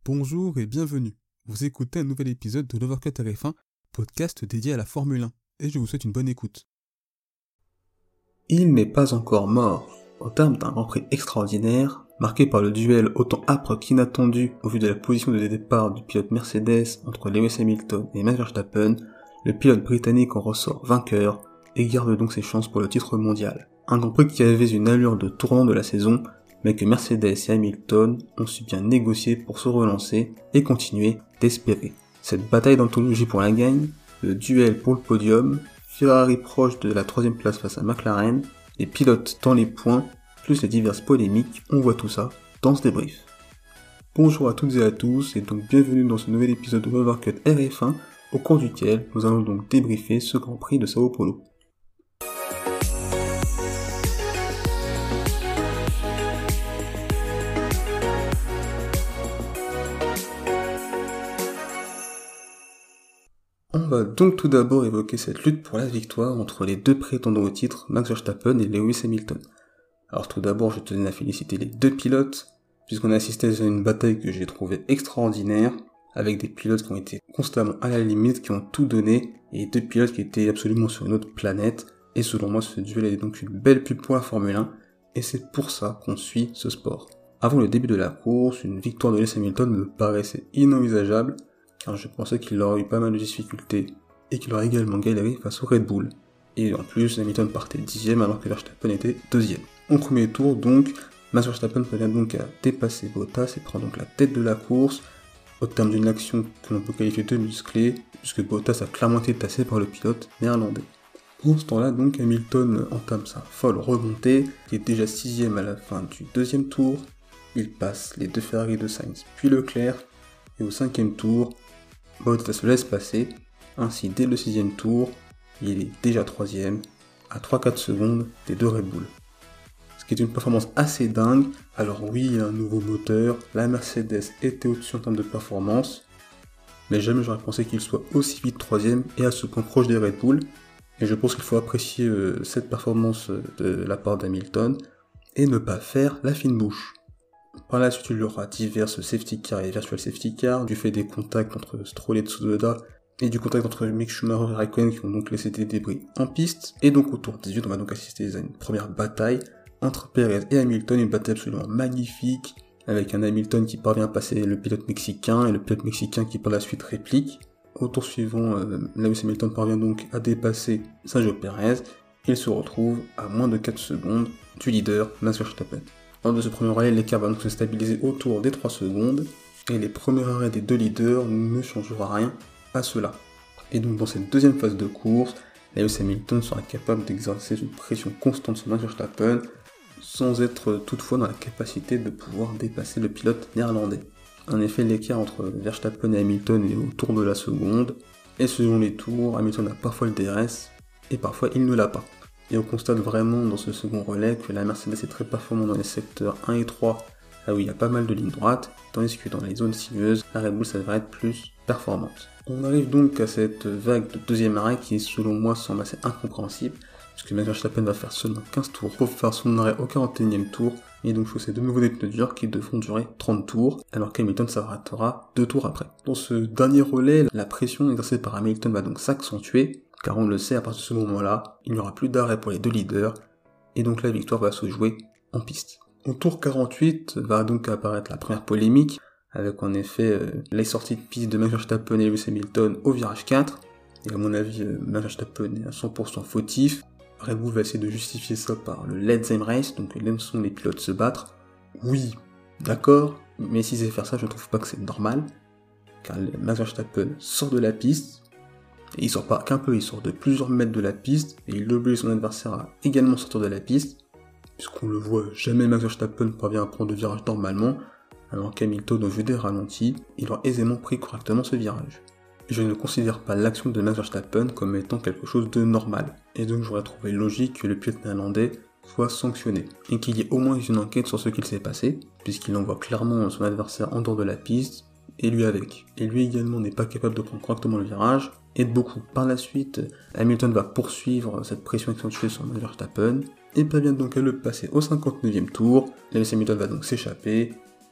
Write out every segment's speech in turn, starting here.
Bonjour et bienvenue. Vous écoutez un nouvel épisode de l'Overcut RF1, podcast dédié à la Formule 1, et je vous souhaite une bonne écoute. Il n'est pas encore mort. Au terme d'un Grand Prix extraordinaire, marqué par le duel autant âpre qu'inattendu au vu de la position de départ du pilote Mercedes entre Lewis Hamilton et Max Verstappen, le pilote britannique en ressort vainqueur et garde donc ses chances pour le titre mondial. Un Grand Prix qui avait une allure de tournant de la saison, mais que Mercedes et Hamilton ont su bien négocier pour se relancer et continuer d'espérer. Cette bataille d'anthologie pour la gagne, le duel pour le podium, Ferrari proche de la 3ème place face à McLaren, les pilotes dans les points, plus les diverses polémiques, on voit tout ça dans ce débrief. Bonjour à toutes et à tous, et donc bienvenue dans ce nouvel épisode de Overcut RF1, au cours duquel nous allons donc débriefer ce Grand Prix de Sao Paulo. On va donc tout d'abord évoquer cette lutte pour la victoire entre les deux prétendants au titre, Max Verstappen et Lewis Hamilton. Alors tout d'abord, je tenais à féliciter les deux pilotes, puisqu'on a assisté à une bataille que j'ai trouvée extraordinaire, avec des pilotes qui ont été constamment à la limite, qui ont tout donné, et deux pilotes qui étaient absolument sur une autre planète, et selon moi ce duel est donc une belle pub pour la Formule 1, et c'est pour ça qu'on suit ce sport. Avant le début de la course, une victoire de Lewis Hamilton me paraissait inenvisageable, car je pensais qu'il aurait eu pas mal de difficultés, et qu'il aurait également galéré face au Red Bull. Et en plus, Hamilton partait 10ème alors que Verstappen était 2ème. Au premier tour donc, Max Verstappen parvient donc à dépasser Bottas et prend donc la tête de la course, au terme d'une action que l'on peut qualifier de musclée, puisque Bottas a clairement été tassé par le pilote néerlandais. Pendant ce temps-là donc, Hamilton entame sa folle remontée, qui est déjà 6ème à la fin du 2ème tour, il passe les deux Ferrari de Sainz puis Leclerc, et au 5ème tour, Bottas se laisse passer, ainsi dès le 6ème tour, il est déjà 3ème, à 3-4 secondes des deux Red Bull. Ce qui est une performance assez dingue, alors oui, il y a un nouveau moteur, la Mercedes était au-dessus en termes de performance, mais jamais j'aurais pensé qu'il soit aussi vite 3ème et à ce point proche des Red Bull, et je pense qu'il faut apprécier cette performance de la part d'Hamilton, et ne pas faire la fine bouche. Par la suite, il y aura diverses safety cars et virtual safety cars, du fait des contacts entre Stroll et Tsunoda, et du contact entre Mick Schumacher et Raikkonen qui ont donc laissé des débris en piste. Et donc au tour 18, on va donc assister à une première bataille entre Perez et Hamilton, une bataille absolument magnifique, avec un Hamilton qui parvient à passer le pilote mexicain, et le pilote mexicain qui par la suite réplique. Au tour suivant, Lewis Hamilton parvient donc à dépasser Sergio Perez, il se retrouve à moins de 4 secondes du leader Max Verstappen. Lors de ce premier relais, l'écart va donc se stabiliser autour des 3 secondes, et les premiers arrêts des deux leaders ne changera rien à cela. Et donc dans cette deuxième phase de course, Lewis Hamilton sera capable d'exercer une pression constante sur Max Verstappen, sans être toutefois dans la capacité de pouvoir dépasser le pilote néerlandais. En effet, l'écart entre Verstappen et Hamilton est autour de la seconde, et selon les tours, Hamilton a parfois le DRS, et parfois il ne l'a pas. Et on constate vraiment dans ce second relais que la Mercedes est très performante dans les secteurs 1 et 3, là où il y a pas mal de lignes droites, tandis que dans les zones sinueuses, la Red Bull s'avère être plus performante. On arrive donc à cette vague de deuxième arrêt qui selon moi semble assez incompréhensible, puisque Max Verstappen va faire seulement 15 tours pour faire son arrêt au 41ème tour, et donc chausser de nouveau des pneus durs qui devront durer 30 tours, alors qu'Hamilton s'arrêtera 2 tours après. Dans ce dernier relais, la pression exercée par Hamilton va donc s'accentuer, car on le sait, à partir de ce moment-là, il n'y aura plus d'arrêt pour les deux leaders, et donc la victoire va se jouer en piste. Au tour 48 va donc apparaître la première polémique, avec en effet les sorties de piste de Max Verstappen et Lewis Hamilton au virage 4, et à mon avis, Max Verstappen est à 100% fautif. Red Bull va essayer de justifier ça par le Let Them Race, donc laissons les pilotes se battre. Oui, d'accord, mais si c'est faire ça, je ne trouve pas que c'est normal, car Max Verstappen sort de la piste, et il sort pas qu'un peu, il sort de plusieurs mètres de la piste, et il oblige son adversaire à également sortir de la piste, puisqu'on le voit, jamais Max Verstappen parvient à prendre le virage normalement, alors qu'Hamilton, au vu des ralentis, il aura aisément pris correctement ce virage. Je ne considère pas l'action de Max Verstappen comme étant quelque chose de normal, et donc j'aurais trouvé logique que le pilote néerlandais soit sanctionné, et qu'il y ait au moins une enquête sur ce qu'il s'est passé, puisqu'il envoie clairement son adversaire en dehors de la piste, et lui avec. Et lui également n'est pas capable de prendre correctement le virage, et de beaucoup. Par la suite, Hamilton va poursuivre cette pression accentuée sur Max Verstappen, et parvient donc à le passer au 59e tour. Lewis Hamilton va donc s'échapper,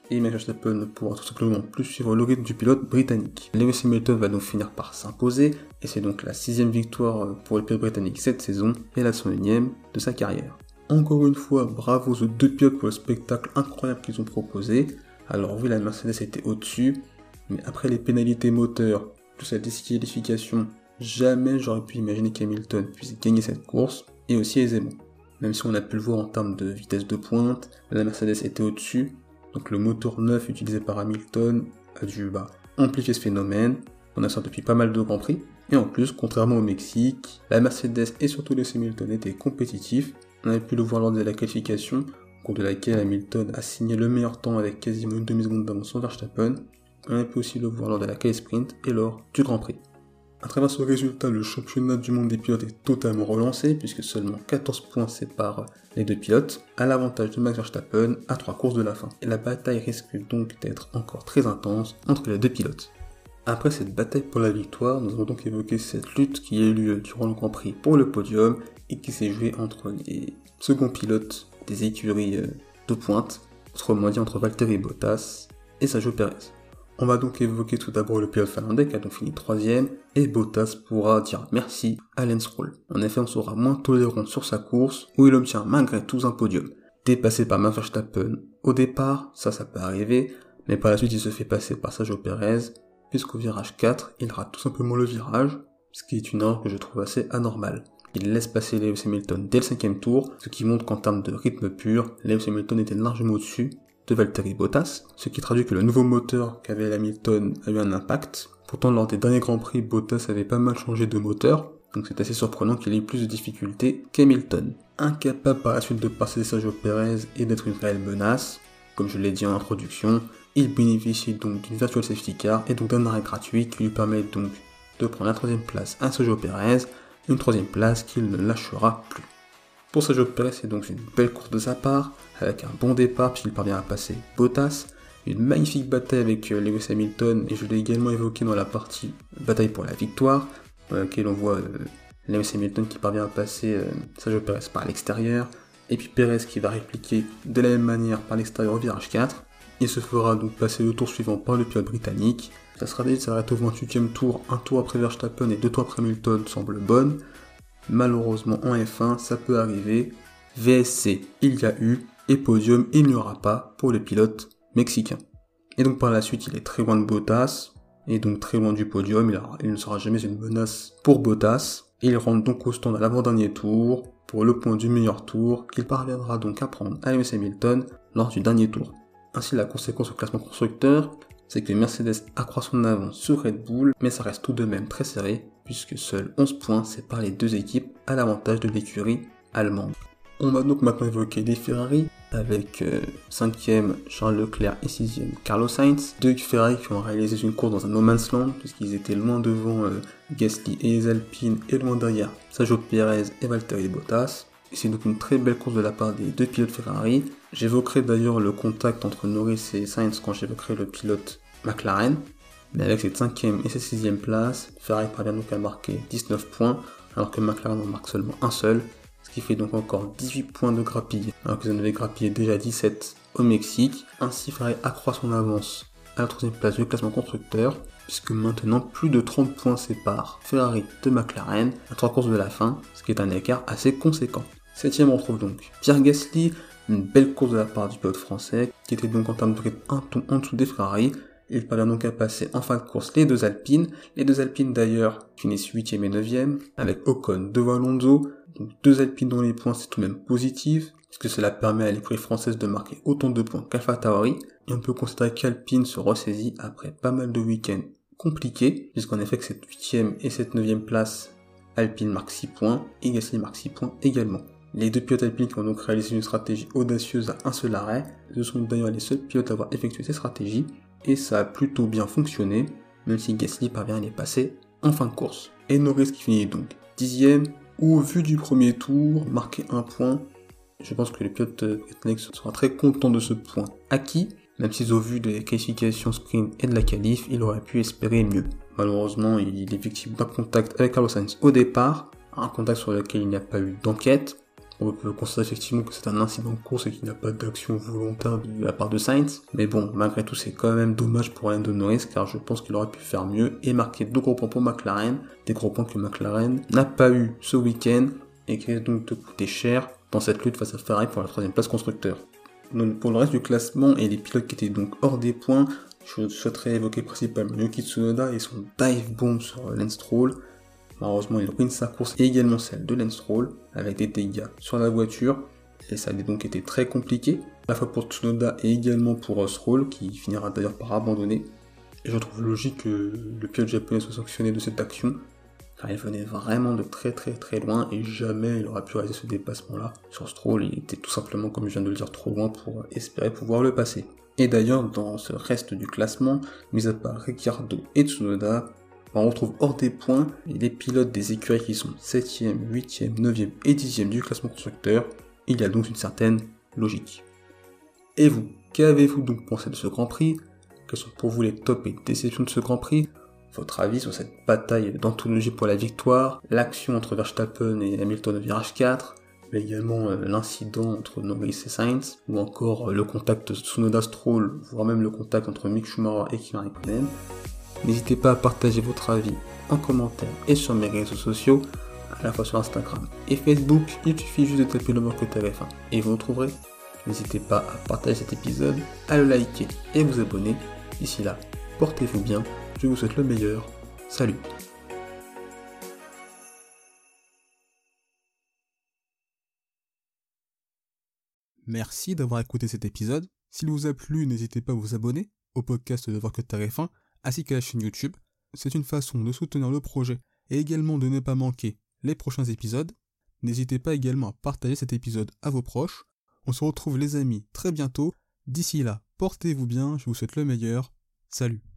et Max Verstappen ne pourra tout simplement plus suivre le rythme du pilote britannique. Lewis Hamilton va donc finir par s'imposer, et c'est donc la 6ème victoire pour le pilote britannique cette saison, et la 101ème de sa carrière. Encore une fois, bravo aux deux pilotes pour le spectacle incroyable qu'ils ont proposé. Alors oui, la Mercedes était au-dessus, mais après les pénalités moteurs, plus la disqualification, jamais j'aurais pu imaginer qu'Hamilton puisse gagner cette course, et aussi aisément. Même si on a pu le voir en termes de vitesse de pointe, la Mercedes était au-dessus, donc le moteur neuf utilisé par Hamilton a dû amplifier ce phénomène. On a ça depuis pas mal de Grands Prix, et en plus, contrairement au Mexique, la Mercedes et surtout Lewis Hamilton étaient compétitifs. On avait pu le voir lors de la qualification, au cours de laquelle Hamilton a signé le meilleur temps avec quasiment une demi-seconde d'avance sur Verstappen. On a pu aussi le voir lors de la quali sprint et lors du Grand Prix. À travers ce résultat, le championnat du monde des pilotes est totalement relancé, puisque seulement 14 points séparent les deux pilotes, à l'avantage de Max Verstappen à 3 courses de la fin. Et la bataille risque donc d'être encore très intense entre les deux pilotes. Après cette bataille pour la victoire, nous allons donc évoquer cette lutte qui a eu lieu durant le Grand Prix pour le podium, et qui s'est jouée entre les seconds pilotes des écuries de pointe, autrement dit entre Valtteri Bottas et Sergio Pérez. On va donc évoquer tout d'abord le pilote finlandais qui a donc fini 3ème, et Bottas pourra dire merci à Lance Stroll. En effet, on sera moins tolérant sur sa course, où il obtient malgré tout un podium. Dépassé par Max Verstappen au départ, ça peut arriver, mais par la suite il se fait passer par Sergio Pérez, puisqu'au virage 4, il rate tout simplement le virage, ce qui est une erreur que je trouve assez anormale. Il laisse passer Lewis Hamilton dès le 5ème tour, ce qui montre qu'en termes de rythme pur, Lewis Hamilton était largement au-dessus de Valtteri Bottas, ce qui traduit que le nouveau moteur qu'avait Hamilton a eu un impact. Pourtant, lors des derniers Grands Prix, Bottas avait pas mal changé de moteur, donc c'est assez surprenant qu'il ait eu plus de difficultés qu'Hamilton. Incapable par la suite de passer Sergio Pérez et d'être une réelle menace, comme je l'ai dit en introduction, il bénéficie donc d'une virtual safety car et donc d'un arrêt gratuit qui lui permet donc de prendre la 3ème place à Sergio Pérez, une 3ème place qu'il ne lâchera plus. Pour Sergio Pérez, c'est donc une belle course de sa part, avec un bon départ puisqu'il parvient à passer Bottas, une magnifique bataille avec Lewis Hamilton, et je l'ai également évoqué dans la partie bataille pour la victoire, dans laquelle on voit Lewis Hamilton qui parvient à passer Sergio Pérez par l'extérieur, et puis Pérez qui va répliquer de la même manière par l'extérieur au virage 4. Il se fera donc passer le tour suivant par le pilote britannique. Sa stratégie s'arrête au 28ème tour, un tour après Verstappen et 2 tours après Hamilton semble bonne. Malheureusement en F1, ça peut arriver. VSC, il y a eu, et podium, il n'y aura pas pour le pilote mexicain. Et donc par la suite, il est très loin de Bottas, et donc très loin du podium, il ne sera jamais une menace pour Bottas. Il rentre donc au stand à l'avant-dernier tour, pour le point du meilleur tour, qu'il parviendra donc à prendre à Lewis Hamilton lors du dernier tour. Ainsi, la conséquence au classement constructeur, c'est que Mercedes accroît son avance sur Red Bull, mais ça reste tout de même très serré, puisque seuls 11 points séparent les deux équipes à l'avantage de l'écurie allemande. On va donc maintenant évoquer les Ferrari, avec 5ème Charles Leclerc et 6ème Carlos Sainz, deux Ferrari qui ont réalisé une course dans un no man's land, puisqu'ils étaient loin devant Gasly et les Alpines, et loin derrière Sergio Pérez et Valtteri Bottas. Et c'est donc une très belle course de la part des deux pilotes Ferrari. J'évoquerai d'ailleurs le contact entre Norris et Sainz quand j'évoquerai le pilote McLaren, mais avec cette 5ème et cette 6ème place, Ferrari parvient donc à marquer 19 points, alors que McLaren en marque seulement un seul, ce qui fait donc encore 18 points de grappille, alors qu'ils en avaient grappillé déjà 17 au Mexique. Ainsi, Ferrari accroît son avance à la 3ème place du classement constructeur, puisque maintenant plus de 30 points séparent Ferrari de McLaren à 3 courses de la fin, ce qui est un écart assez conséquent. 7ème, on retrouve donc Pierre Gasly, une belle course de la part du pilote français, qui était donc en termes de rythme un ton en dessous des Ferrari. Il parvient donc à passer en fin de course les deux Alpines d'ailleurs finissent 8ème et 9ème, avec Ocon devant Alonso, donc deux Alpines dans les points, c'est tout de même positif, puisque cela permet à l'écurie française de marquer autant de points qu'AlphaTauri, et on peut considérer qu'Alpine se ressaisit après pas mal de week-ends compliqués, puisqu'en effet que cette 8ème et cette 9ème place, Alpine marque 6 points, et Gasly marque 6 points également. Les deux pilotes alpines qui ont donc réalisé une stratégie audacieuse à un seul arrêt, ce sont d'ailleurs les seuls pilotes à avoir effectué ces stratégies, et ça a plutôt bien fonctionné, même si Gasly parvient à les passer en fin de course. Et Norris qui finit donc 10ème, où au vu du premier tour, marquer un point, je pense que le pilote britannique sera très content de ce point acquis, même si au vu des qualifications sprint et de la qualif, il aurait pu espérer mieux. Malheureusement, il est victime d'un contact avec Carlos Sainz au départ, un contact sur lequel il n'y a pas eu d'enquête, On peut constater effectivement que c'est un incident de course et qu'il n'y a pas d'action volontaire de la part de Sainz. Mais bon, malgré tout, c'est quand même dommage pour Lando Norris, car je pense qu'il aurait pu faire mieux et marquer 2 gros points pour McLaren. Des gros points que McLaren n'a pas eu ce week-end et qui risquent donc de coûter cher dans cette lutte face à Ferrari pour la 3ème place constructeur. Donc, pour le reste du classement et les pilotes qui étaient donc hors des points, je souhaiterais évoquer principalement Yuki Tsunoda et son dive bomb sur Lance Stroll. Malheureusement, il ruine sa course et également celle de Lance Stroll, avec des dégâts sur la voiture, et ça a donc été très compliqué, à la fois pour Tsunoda et également pour Stroll, qui finira d'ailleurs par abandonner. Et je trouve logique que le pilote japonais soit sanctionné de cette action, car il venait vraiment de très loin, et jamais il aurait pu réaliser ce dépassement-là. Sur Stroll, il était tout simplement, comme je viens de le dire, trop loin pour espérer pouvoir le passer. Et d'ailleurs, dans ce reste du classement, mis à part Ricciardo et Tsunoda, on retrouve hors des points les pilotes des écuries qui sont 7ème, 8ème, 9ème et 10ème du classement constructeur. Il y a donc une certaine logique. Et vous, qu'avez-vous donc pensé de ce Grand Prix? Quels sont pour vous les tops et déceptions de ce Grand Prix? Votre avis sur cette bataille d'anthologie pour la victoire, l'action entre Verstappen et Hamilton au virage 4, mais également l'incident entre Norris et Sainz, ou encore le contact Tsunoda-Stroll, voire même le contact entre Mick Schumacher et Kimi Räikkönen. N'hésitez pas à partager votre avis en commentaire et sur mes réseaux sociaux, à la fois sur Instagram et Facebook. Il suffit juste de taper le mot que TF1 et vous me trouverez. N'hésitez pas à partager cet épisode, à le liker et vous abonner. D'ici là, portez-vous bien, je vous souhaite le meilleur. Salut! Merci d'avoir écouté cet épisode. S'il vous a plu, n'hésitez pas à vous abonner au podcast de Voir que TF1 ainsi qu'à la chaîne YouTube. C'est une façon de soutenir le projet et également de ne pas manquer les prochains épisodes. N'hésitez pas également à partager cet épisode à vos proches. On se retrouve les amis très bientôt. D'ici là, portez-vous bien, je vous souhaite le meilleur. Salut!